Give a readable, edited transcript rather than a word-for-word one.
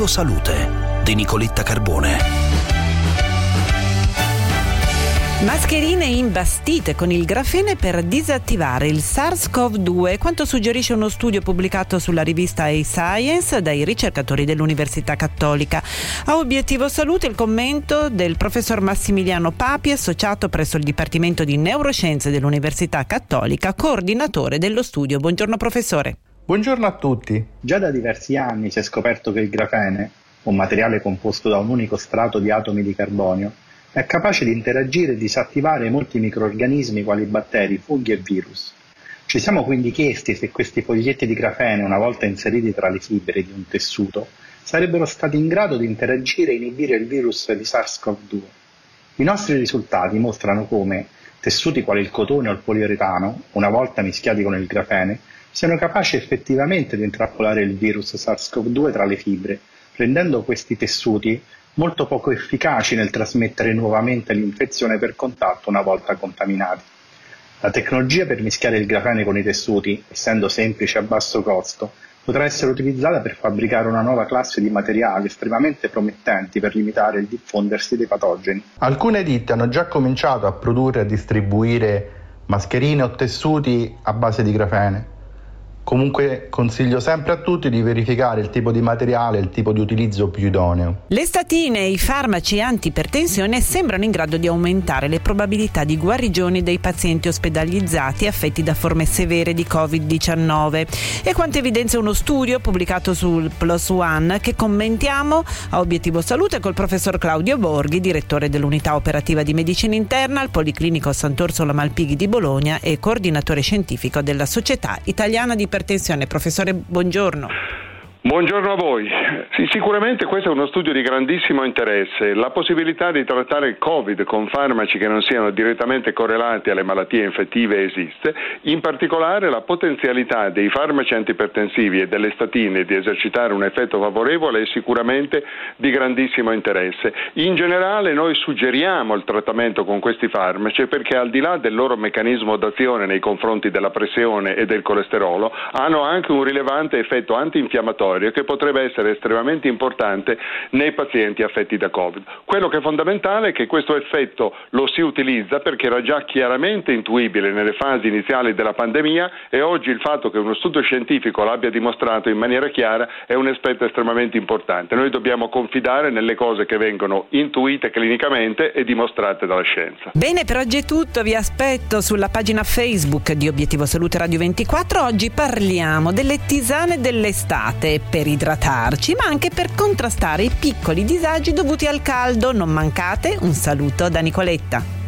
Obiettivo Salute di Nicoletta Carbone. Mascherine imbastite con il grafene per disattivare il SARS-CoV-2, quanto suggerisce uno studio pubblicato sulla rivista eScience dai ricercatori dell'Università Cattolica. A Obiettivo Salute il commento del professor Massimiliano Papi, associato presso il Dipartimento di Neuroscienze dell'Università Cattolica, coordinatore dello studio. Buongiorno professore. Buongiorno a tutti. Già da diversi anni si è scoperto che il grafene, un materiale composto da un unico strato di atomi di carbonio, è capace di interagire e disattivare molti microrganismi quali batteri, funghi e virus. Ci siamo quindi chiesti se questi foglietti di grafene, una volta inseriti tra le fibre di un tessuto, sarebbero stati in grado di interagire e inibire il virus di SARS-CoV-2. I nostri risultati mostrano come tessuti quali il cotone o il poliuretano, una volta mischiati con il grafene, siano capaci effettivamente di intrappolare il virus SARS-CoV-2 tra le fibre, rendendo questi tessuti molto poco efficaci nel trasmettere nuovamente l'infezione per contatto una volta contaminati. La tecnologia per mischiare il grafene con i tessuti, essendo semplice e a basso costo, potrà essere utilizzata per fabbricare una nuova classe di materiali estremamente promettenti per limitare il diffondersi dei patogeni. Alcune ditte hanno già cominciato a produrre e a distribuire mascherine o tessuti a base di grafene. Comunque consiglio sempre a tutti di verificare il tipo di materiale e il tipo di utilizzo più idoneo. Le statine e i farmaci antiipertensione sembrano in grado di aumentare le probabilità di guarigione dei pazienti ospedalizzati affetti da forme severe di Covid-19. E quanto evidenzia uno studio pubblicato sul PLOS ONE che commentiamo a Obiettivo Salute col professor Claudio Borghi, direttore dell'unità operativa di medicina interna al Policlinico Sant'Orsola Malpighi di Bologna e coordinatore scientifico della Società Italiana di Ipertensione. Professore, buongiorno. Buongiorno a voi. Sì, sicuramente questo è uno studio di grandissimo interesse. La possibilità di trattare il Covid con farmaci che non siano direttamente correlati alle malattie infettive esiste, in particolare la potenzialità dei farmaci antiipertensivi e delle statine di esercitare un effetto favorevole è sicuramente di grandissimo interesse. In generale noi suggeriamo il trattamento con questi farmaci perché al di là del loro meccanismo d'azione nei confronti della pressione e del colesterolo hanno anche un rilevante effetto antinfiammatorio che potrebbe essere estremamente importante nei pazienti affetti da Covid. Quello che è fondamentale è che questo effetto lo si utilizza perché era già chiaramente intuibile nelle fasi iniziali della pandemia e oggi il fatto che uno studio scientifico l'abbia dimostrato in maniera chiara è un aspetto estremamente importante. Noi dobbiamo confidare nelle cose che vengono intuite clinicamente e dimostrate dalla scienza. Bene, per oggi è tutto. Vi aspetto sulla pagina Facebook di Obiettivo Salute Radio 24. Oggi parliamo delle tisane dell'estate per idratarci, ma anche per contrastare i piccoli disagi dovuti al caldo. Non mancate. Un saluto da Nicoletta.